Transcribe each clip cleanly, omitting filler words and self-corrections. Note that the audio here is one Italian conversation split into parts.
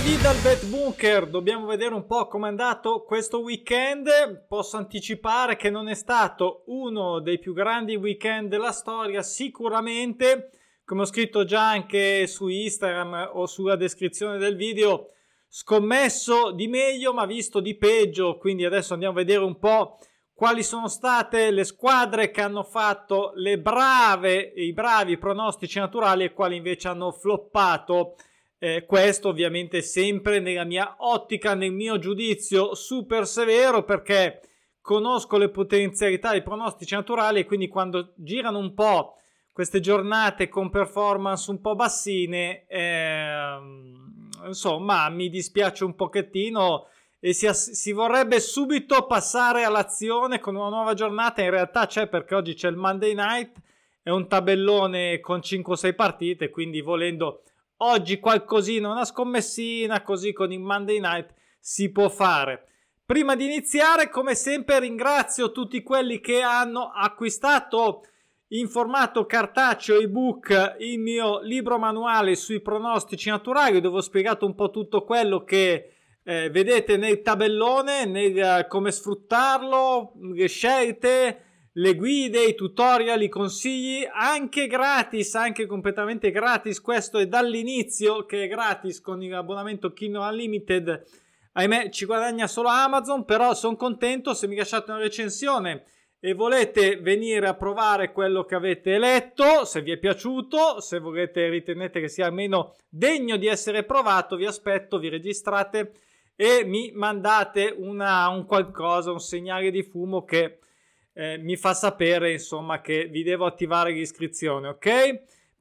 Lunedì dal Bet Bunker dobbiamo vedere un po' come è andato questo weekend. Posso anticipare che non è stato uno dei più grandi weekend della storia, sicuramente, come ho scritto già anche su Instagram o sulla descrizione del video, scommesso di meglio ma visto di peggio, quindi adesso andiamo a vedere un po' quali sono state le squadre che hanno fatto i bravi pronostici naturali e quali invece hanno floppato. Questo ovviamente sempre nella mia ottica, nel mio giudizio super severo, perché conosco le potenzialità dei pronostici naturali e quindi quando girano un po' queste giornate con performance un po' bassine, insomma mi dispiace un pochettino e si vorrebbe subito passare all'azione con una nuova giornata. In realtà c'è, perché oggi c'è il Monday Night, è un tabellone con 5-6 partite, quindi volendo oggi qualcosina, una scommessina così con il Monday Night si può fare. Prima di iniziare, come sempre, ringrazio tutti quelli che hanno acquistato in formato cartaceo ebook il mio libro manuale sui pronostici naturali, dove ho spiegato un po' tutto quello che vedete nel tabellone, come sfruttarlo, le scelte, le guide, i tutorial, i consigli, anche gratis, anche completamente gratis. Questo è dall'inizio che è gratis con l'abbonamento Kindle Unlimited. Ahimè ci guadagna solo Amazon, però sono contento se mi lasciate una recensione e volete venire a provare quello che avete letto, se vi è piaciuto, se ritenete che sia almeno degno di essere provato, vi aspetto, vi registrate e mi mandate un qualcosa, un segnale di fumo che mi fa sapere insomma che vi devo attivare l'iscrizione, ok?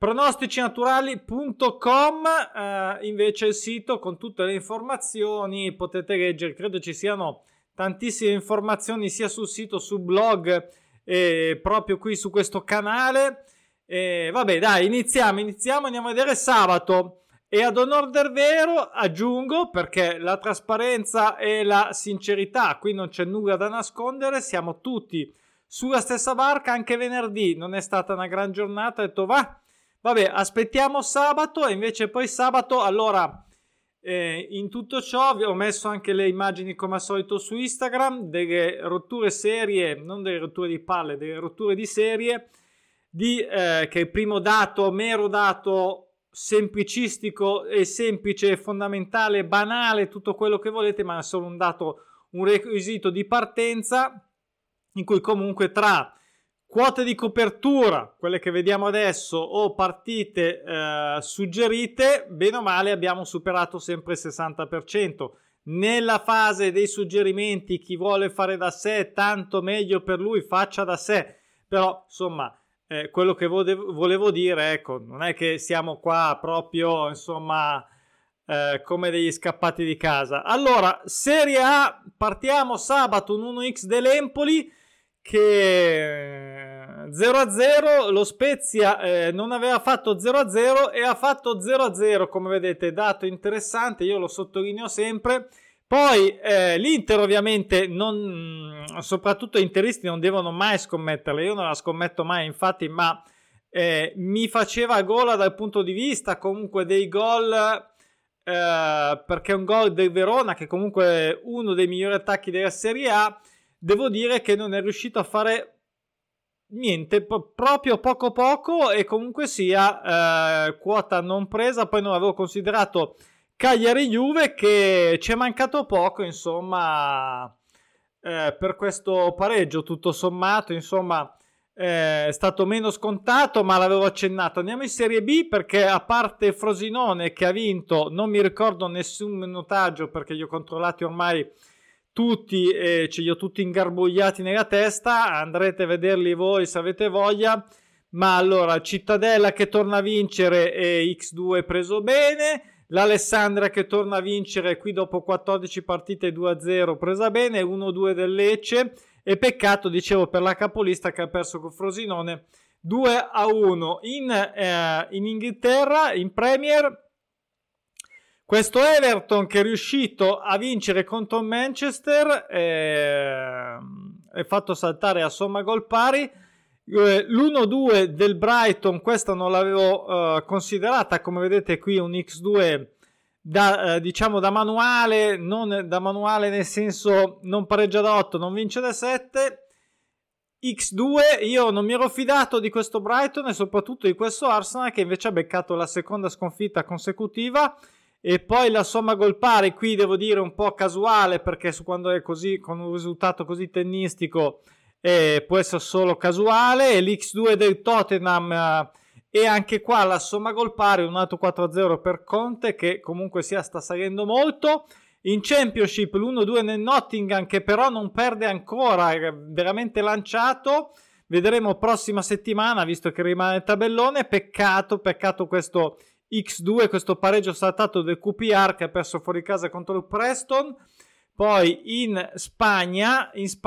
Pronosticinaturali.com invece è il sito con tutte le informazioni, potete leggere, credo ci siano tantissime informazioni sia sul sito, sul blog e proprio qui su questo canale. Vabbè dai, iniziamo, andiamo a vedere sabato. E ad onor del vero aggiungo, perché la trasparenza e la sincerità, qui non c'è nulla da nascondere, siamo tutti sulla stessa barca. Anche venerdì non è stata una gran giornata, ho detto vabbè aspettiamo sabato, e invece poi sabato, allora in tutto ciò vi ho messo anche le immagini come al solito su Instagram, delle rotture serie, non delle rotture di palle, delle rotture di serie che è il primo dato, mero dato semplicistico e semplice, fondamentale, banale, tutto quello che volete, ma è solo un dato, un requisito di partenza, in cui comunque tra quote di copertura, quelle che vediamo adesso, o partite suggerite, bene o male abbiamo superato sempre il 60%. Nella fase dei suggerimenti, chi vuole fare da sé, tanto meglio per lui, faccia da sé, però insomma quello che volevo dire, ecco, non è che siamo qua proprio insomma come degli scappati di casa. Allora, Serie A, partiamo sabato, un 1x dell'Empoli che 0-0, lo Spezia non aveva fatto 0-0 e ha fatto 0-0, come vedete, dato interessante, io lo sottolineo sempre. Poi l'Inter ovviamente, soprattutto gli interisti non devono mai scommetterle, io non la scommetto mai infatti, ma mi faceva gola dal punto di vista comunque dei gol, perché un gol del Verona, che comunque è uno dei migliori attacchi della Serie A, devo dire che non è riuscito a fare niente, proprio poco, e comunque sia quota non presa. Poi non avevo considerato Cagliari-Juve, che ci è mancato poco insomma per questo pareggio, tutto sommato insomma è stato meno scontato, ma l'avevo accennato. Andiamo in Serie B, perché a parte Frosinone che ha vinto, non mi ricordo nessun minutaggio perché li ho controllati ormai tutti e ce li ho tutti ingarbugliati nella testa, andrete a vederli voi se avete voglia. Ma allora, Cittadella che torna a vincere e X2 preso bene, l'Alessandria che torna a vincere qui dopo 14 partite 2-0 presa bene, 1-2 del Lecce, e peccato, dicevo, per la capolista che ha perso con Frosinone 2-1. In Inghilterra, in Premier, questo Everton che è riuscito a vincere contro Manchester è fatto saltare a somma gol pari. L'1-2 del Brighton, questa non l'avevo considerata, come vedete qui un X2 diciamo da manuale, non da manuale nel senso non pareggia da 8, non vince da 7. X2, io non mi ero fidato di questo Brighton e soprattutto di questo Arsenal, che invece ha beccato la seconda sconfitta consecutiva. E poi la somma gol pari, qui devo dire un po' casuale, perché quando è così, con un risultato così tennistico, può essere solo casuale. E l'X2 del Tottenham, e anche qua la somma gol pari, un altro 4-0 per Conte, che comunque sta salendo molto. In Championship l'1-2 nel Nottingham, che però non perde ancora, è veramente lanciato. Vedremo prossima settimana, visto che rimane nel tabellone. Peccato Questo X2, questo pareggio saltato del QPR, che ha perso fuori casa contro il Preston. Poi in Spagna in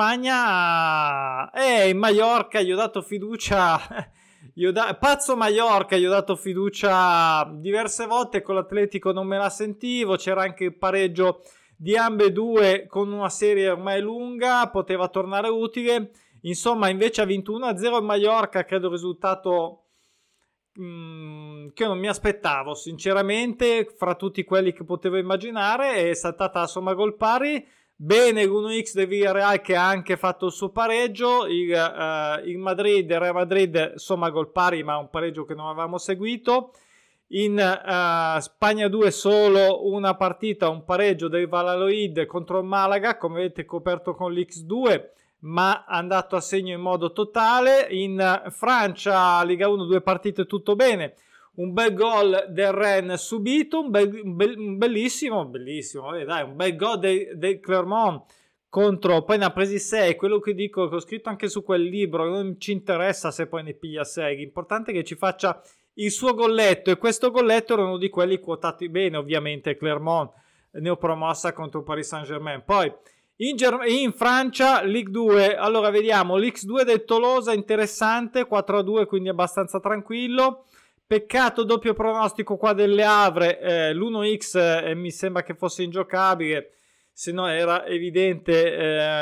Mallorca gli ho dato fiducia. Pazzo Mallorca, gli ho dato fiducia diverse volte, con l'Atletico non me la sentivo, c'era anche il pareggio di ambedue con una serie ormai lunga, poteva tornare utile. Insomma, invece ha vinto 1-0 il Mallorca, credo un risultato che non mi aspettavo sinceramente, fra tutti quelli che potevo immaginare. È saltata la somma gol pari. Bene l'1x del Villarreal, che ha anche fatto il suo pareggio. Il Real Madrid somma gol pari, ma un pareggio che non avevamo seguito. In Spagna 2 solo una partita, un pareggio del Valladolid contro il Malaga, come vedete coperto con l'X2, ma andato a segno in modo totale. In Francia Liga 1 2 partite, tutto bene, un bel gol del Rennes subito, un bellissimo un bel gol del Clermont contro, poi ne ha presi 6, quello che dico, che ho scritto anche su quel libro, non ci interessa se poi ne piglia 6, l'importante è che ci faccia il suo golletto, e questo golletto era uno di quelli quotati bene, ovviamente Clermont neopromossa contro il Paris Saint-Germain. Poi in Francia Ligue 2, allora vediamo l'X2 del Tolosa, interessante, 4-2, quindi abbastanza tranquillo. Peccato doppio pronostico qua delle Havre, l'1x mi sembra che fosse ingiocabile, se no era evidente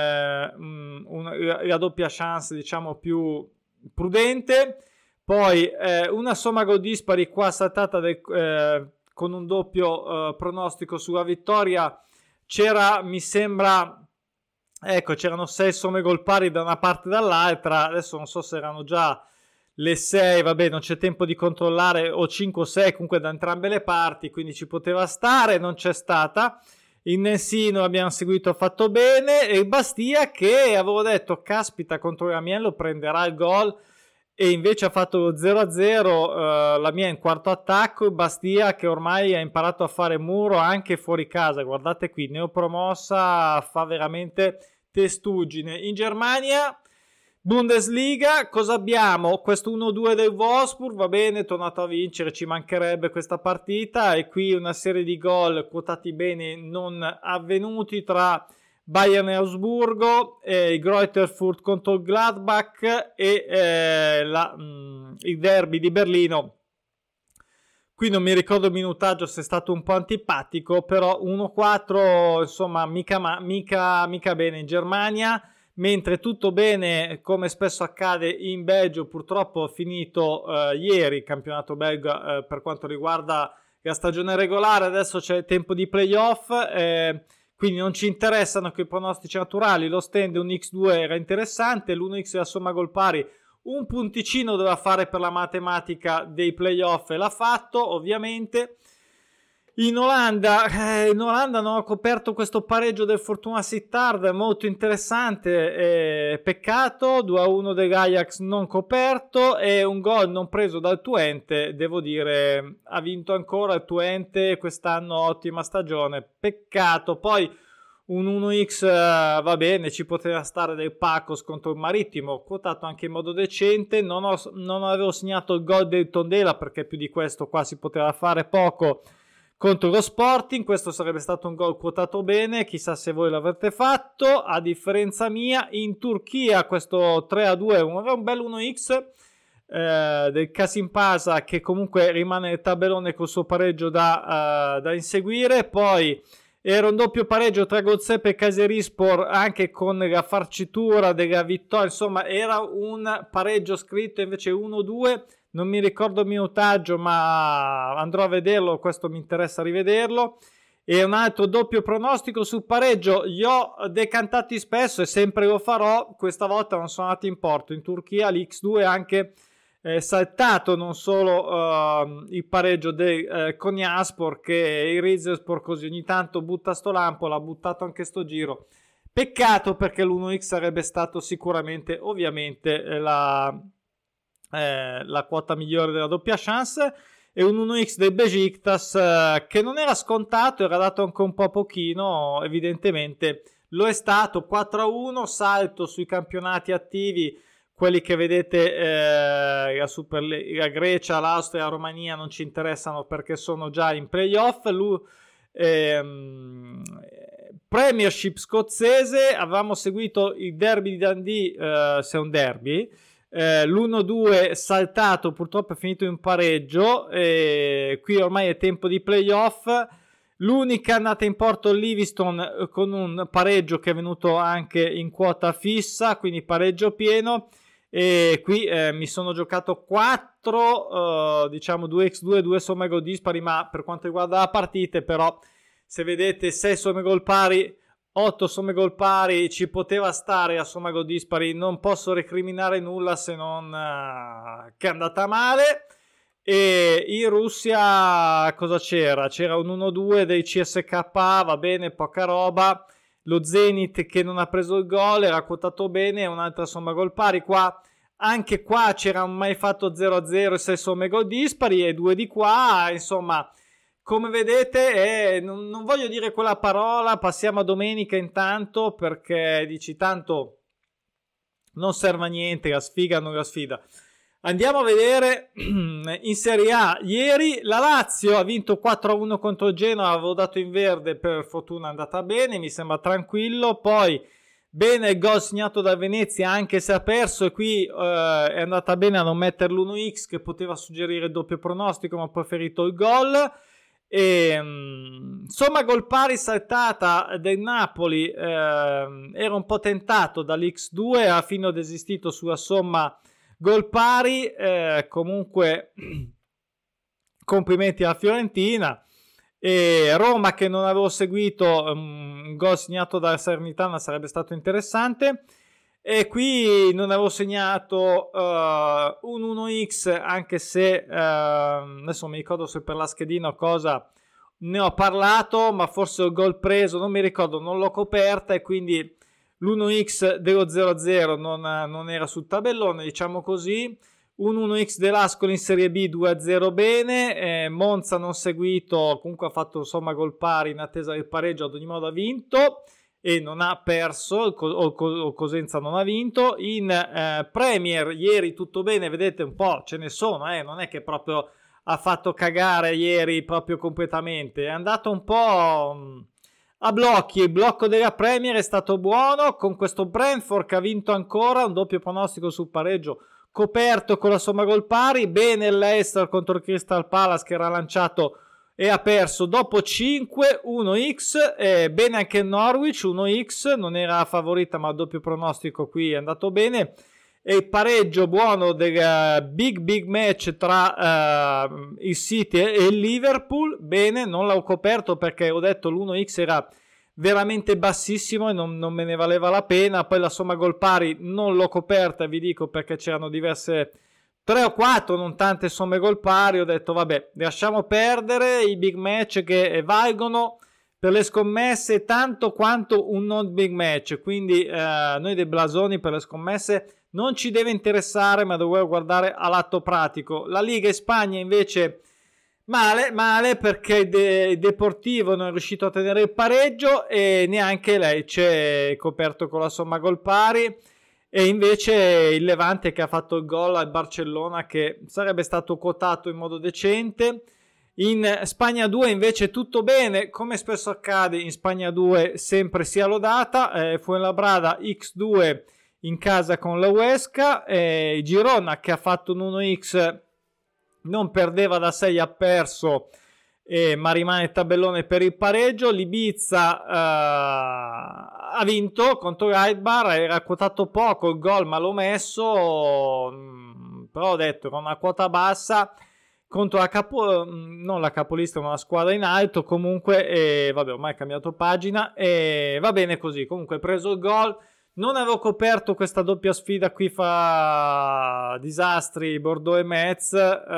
la doppia chance, diciamo, più prudente. Poi una somma gol dispari qua saltata con un doppio pronostico sulla vittoria. Mi sembra, ecco, c'erano 6 somme gol pari da una parte e dall'altra, adesso non so se erano già le 6, vabbè, non c'è tempo di controllare, o 5 o 6 comunque da entrambe le parti, quindi ci poteva stare, non c'è stata. Il Nensino abbiamo seguito, fatto bene, e il Bastia, che avevo detto caspita contro Amiens prenderà il gol, e invece ha fatto lo 0-0, la mia in quarto attacco. Il Bastia che ormai ha imparato a fare muro anche fuori casa, guardate qui, neopromossa, fa veramente testuggine. In Germania Bundesliga, cosa abbiamo? Questo 1-2 del Wolfsburg, va bene, è tornato a vincere, ci mancherebbe questa partita, e qui una serie di gol quotati bene non avvenuti tra Bayern e Augsburgo, il Greuther Fürth contro il Gladbach e il derby di Berlino. Qui non mi ricordo il minutaggio, se è stato un po' antipatico, però 1-4, insomma, mica bene in Germania. Mentre tutto bene, come spesso accade in Belgio, purtroppo è finito ieri il campionato belga per quanto riguarda la stagione regolare. Adesso c'è tempo di playoff, quindi non ci interessano che i pronostici naturali. Lo stand un X2 era interessante, l'1x e la somma gol pari, un punticino doveva fare per la matematica dei playoff e l'ha fatto, ovviamente. In Olanda non ho coperto questo pareggio del Fortuna Sittard, molto interessante, peccato, 2-1 dell'Ajax non coperto, e un gol non preso dal Twente, devo dire, ha vinto ancora il Twente quest'anno, ottima stagione, peccato. Poi un 1x va bene, ci poteva stare del Pacos contro il Marittimo, quotato anche in modo decente. Non avevo segnato il gol del Tondela, perché più di questo qua si poteva fare poco contro lo Sporting. Questo sarebbe stato un gol quotato bene, chissà se voi l'avrete fatto. A differenza mia, in Turchia questo 3-2 era un bel 1x del Kasimpasa, che comunque rimane nel tabellone col suo pareggio da inseguire. Poi era un doppio pareggio tra Gozep e Kayserispor, anche con la farcitura della vittoria, insomma era un pareggio scritto, invece 1-2 non mi ricordo il minutaggio, ma andrò a vederlo, questo mi interessa rivederlo. E un altro doppio pronostico sul pareggio, li ho decantati spesso e sempre lo farò, questa volta non sono andato in porto, in Turchia l'X2 è anche saltato non solo il pareggio del Konyaspor, che il Rizespor così ogni tanto butta sto lampo, l'ha buttato anche sto giro, peccato perché l'1x sarebbe stato sicuramente ovviamente la quota migliore della doppia chance. E un 1x del Besiktas che non era scontato, era dato anche un po' pochino, evidentemente lo è stato. 4-1, salto sui campionati attivi, quelli che vedete, la Grecia, l'Austria, la Romania non ci interessano perché sono già in playoff. Premiership scozzese, avevamo seguito il derby di Dundee, se è un derby, l'1-2 saltato, purtroppo è finito in pareggio, qui ormai è tempo di playoff. L'unica andata in porto Livingston con un pareggio che è venuto anche in quota fissa, quindi pareggio pieno, e qui mi sono giocato 4 diciamo 2x2, 2 somme gol dispari, ma per quanto riguarda la partita però se vedete 6 somme gol pari, 8 somme gol pari, ci poteva stare a somma gol dispari, non posso recriminare nulla se non che è andata male. E in Russia cosa c'era? C'era un 1-2 dei CSKA, va bene, poca roba. Lo Zenit che non ha preso il gol, era quotato bene, un'altra somma gol pari. Anche qua c'era un mai fatto 0-0 e 6 somme gol dispari e 2 di qua, insomma. Come vedete, non voglio dire quella parola, passiamo a domenica intanto, perché dici tanto non serve a niente, la sfiga non la sfida. Andiamo a vedere in Serie A. Ieri la Lazio ha vinto 4-1 contro il Genoa, avevo dato in verde, per fortuna è andata bene, mi sembra tranquillo. Poi bene il gol segnato da Venezia, anche se ha perso, e qui è andata bene a non mettere l'1x che poteva suggerire il doppio pronostico, ma ho preferito il gol. E somma gol pari saltata del Napoli, era un po' tentato dall'X2, alla fine ho desistito sulla somma gol pari. Comunque complimenti alla Fiorentina. E Roma, che non avevo seguito, un gol segnato dalla Salernitana sarebbe stato interessante. E qui non avevo segnato un 1x, anche se adesso non mi ricordo se per la schedina o cosa ne ho parlato, ma forse il gol preso, non mi ricordo, non l'ho coperta, e quindi l'1x dello 0-0 non era sul tabellone, diciamo così. Un 1x dell'Ascoli in Serie B 2-0 bene. Monza non seguito, comunque ha fatto insomma gol pari in attesa del pareggio, ad ogni modo ha vinto e non ha perso, o Cosenza non ha vinto. In Premier ieri tutto bene, vedete un po' ce ne sono, non è che proprio ha fatto cagare ieri proprio completamente, è andato un po' a blocchi. Il blocco della Premier è stato buono, con questo Brentford che ha vinto ancora, un doppio pronostico sul pareggio coperto con la somma gol pari. Bene il Leicester contro il Crystal Palace che era lanciato e ha perso dopo 5, 1x. Bene anche il Norwich, 1x, non era favorita ma il doppio pronostico qui è andato bene. E il pareggio buono del big match tra il City e il Liverpool, bene, non l'ho coperto perché ho detto l'1x era veramente bassissimo e non me ne valeva la pena. Poi la somma gol pari non l'ho coperta, vi dico, perché c'erano diverse 3 o 4, non tante somme gol pari. Ho detto vabbè, lasciamo perdere i big match che valgono per le scommesse tanto quanto un non big match, quindi noi dei blasoni per le scommesse non ci deve interessare, ma dovevo guardare all'atto pratico. La Liga in Spagna invece male perché il Deportivo non è riuscito a tenere il pareggio e neanche Lecce è coperto con la somma gol pari. E invece il Levante che ha fatto il gol al Barcellona, che sarebbe stato quotato in modo decente. In Spagna 2 invece tutto bene, come spesso accade in Spagna 2 sempre sia lodata. Fuenlabrada X2 in casa con la Huesca, Girona che ha fatto un 1x, non perdeva da 6, ha perso, ma rimane tabellone per il pareggio. L'Ibiza ha vinto contro Raidbar, era quotato poco il gol ma l'ho messo, però ho detto era una quota bassa contro non la capolista, ma una squadra in alto comunque, vabbè, ormai è cambiato pagina e va bene così. Comunque preso il gol, non avevo coperto questa doppia sfida qui fra disastri Bordeaux e Metz.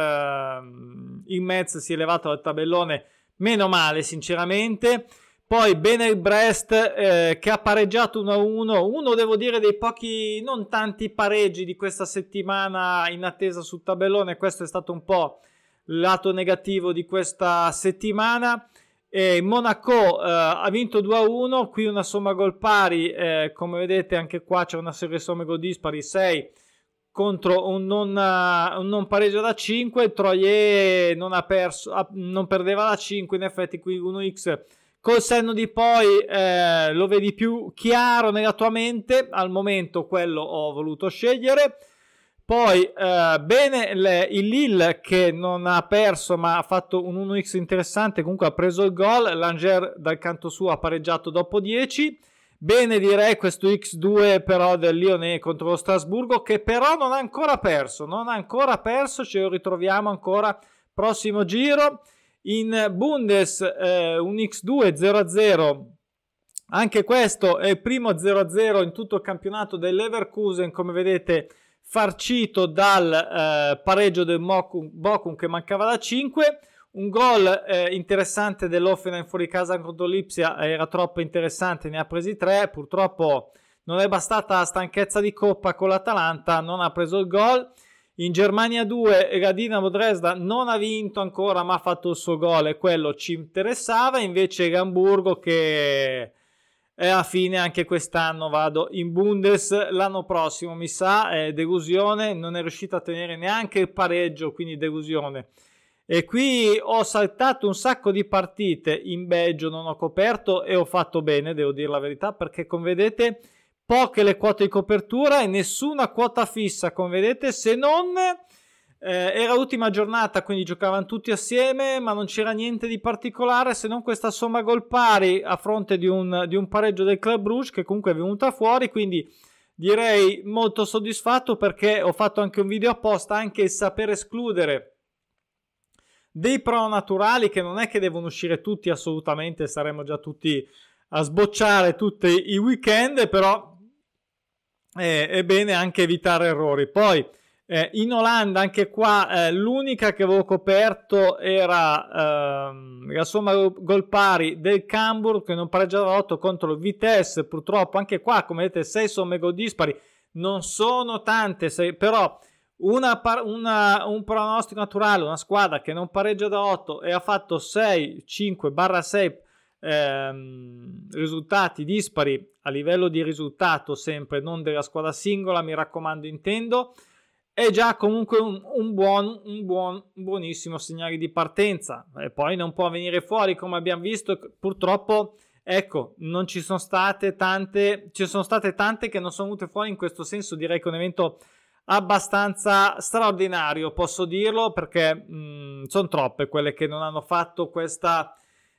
Il Metz si è elevato dal tabellone, meno male sinceramente. Poi bene il Brest che ha pareggiato 1-1, uno devo dire dei pochi, non tanti pareggi di questa settimana in attesa sul tabellone. Questo è stato un po' il lato negativo di questa settimana. Monaco ha vinto 2-1, qui una somma gol pari, come vedete anche qua c'è una serie somme gol dispari, 6 contro un non pareggio da 5. Troyes non perdeva da 5, in effetti qui 1x col senno di poi lo vedi più chiaro nella tua mente, al momento quello ho voluto scegliere. Poi bene il Lille che non ha perso ma ha fatto un 1x interessante, comunque ha preso il gol. L'Angers dal canto suo ha pareggiato dopo 10. Bene direi questo x2 però del Lyonnais contro lo Strasburgo, che però non ha ancora perso, ce lo ritroviamo ancora prossimo giro. In Bundes un x2 0-0, anche questo è il primo 0-0 in tutto il campionato del Leverkusen, come vedete farcito dal pareggio del Bochum che mancava da 5. Un gol interessante dell'Hoffenheim fuori casa contro l'Ipsia, era troppo interessante, ne ha presi 3, purtroppo non è bastata la stanchezza di coppa con l'Atalanta, non ha preso il gol. In Germania 2 la Dinamo Dresda non ha vinto ancora ma ha fatto il suo gol e quello ci interessava. Invece il Hamburgo che alla fine anche quest'anno vado in Bundes, l'anno prossimo mi sa, delusione, non è riuscito a tenere neanche il pareggio, quindi delusione. E qui ho saltato un sacco di partite in Belgio, non ho coperto e ho fatto bene, devo dire la verità, perché come vedete poche le quote di copertura e nessuna quota fissa, come vedete, se non era l'ultima giornata, quindi giocavano tutti assieme, ma non c'era niente di particolare se non questa somma gol pari a fronte di un pareggio del Club Brugge che comunque è venuta fuori, quindi direi molto soddisfatto perché ho fatto anche un video apposta, anche il saper escludere dei pronaturali che non è che devono uscire tutti assolutamente, saremmo già tutti a sbocciare tutti i weekend, però è bene anche evitare errori. Poi in Olanda anche qua l'unica che avevo coperto era la somma gol pari del Cambuur che non pareggiava 8 contro il Vitesse. Purtroppo anche qua come vedete 6 somme gol dispari non sono tante, però un pronostico naturale, una squadra che non pareggia da 8 e ha fatto 5/6 risultati dispari a livello di risultato, sempre non della squadra singola, mi raccomando, intendo, è già comunque un buonissimo segnale di partenza. E poi non può venire fuori, come abbiamo visto, purtroppo, ecco, non ci sono state tante, ci sono state tante che non sono venute fuori. In questo senso direi che è un evento abbastanza straordinario, posso dirlo, perché sono troppe quelle che non hanno fatto questa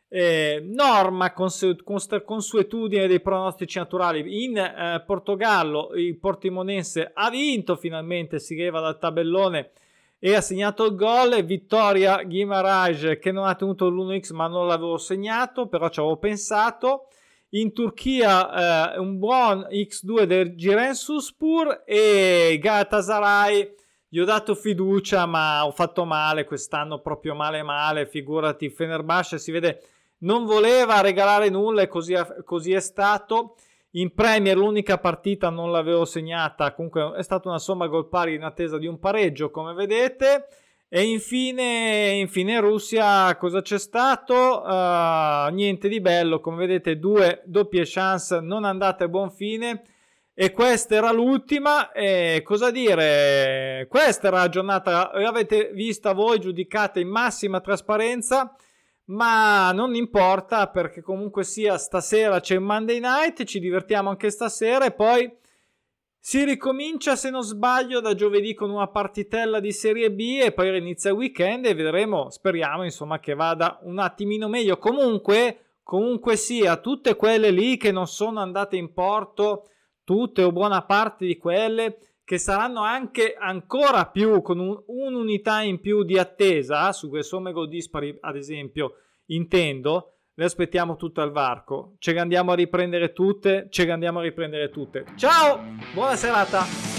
norma consuetudine dei pronostici naturali. In Portogallo il Portimonense ha vinto, finalmente si leva dal tabellone e ha segnato il gol. Vittoria Guimarães che non ha tenuto l'1x ma non l'avevo segnato, però ci avevo pensato. In Turchia un buon x2 del Giresunspor e Galatasaray gli ho dato fiducia ma ho fatto male quest'anno, proprio male, figurati. Fenerbahce si vede non voleva regalare nulla e così è stato. In Premier l'unica partita non l'avevo segnata, comunque è stata una somma gol pari in attesa di un pareggio, come vedete. E infine in Russia cosa c'è stato? Niente di bello, come vedete 2 doppie chance non andate a buon fine e questa era l'ultima. Cosa dire, questa era la giornata, l'avete vista voi, giudicate in massima trasparenza, ma non importa perché comunque sia stasera c'è il Monday Night, ci divertiamo anche stasera e poi si ricomincia, se non sbaglio, da giovedì con una partitella di Serie B e poi inizia il weekend e vedremo, speriamo insomma che vada un attimino meglio. Comunque sia, tutte quelle lì che non sono andate in porto, tutte o buona parte di quelle che saranno anche ancora più, con un'unità in più di attesa, su quelle somme gol dispari ad esempio intendo, le aspettiamo tutte al varco, ce le andiamo a riprendere tutte, Ciao, buona serata!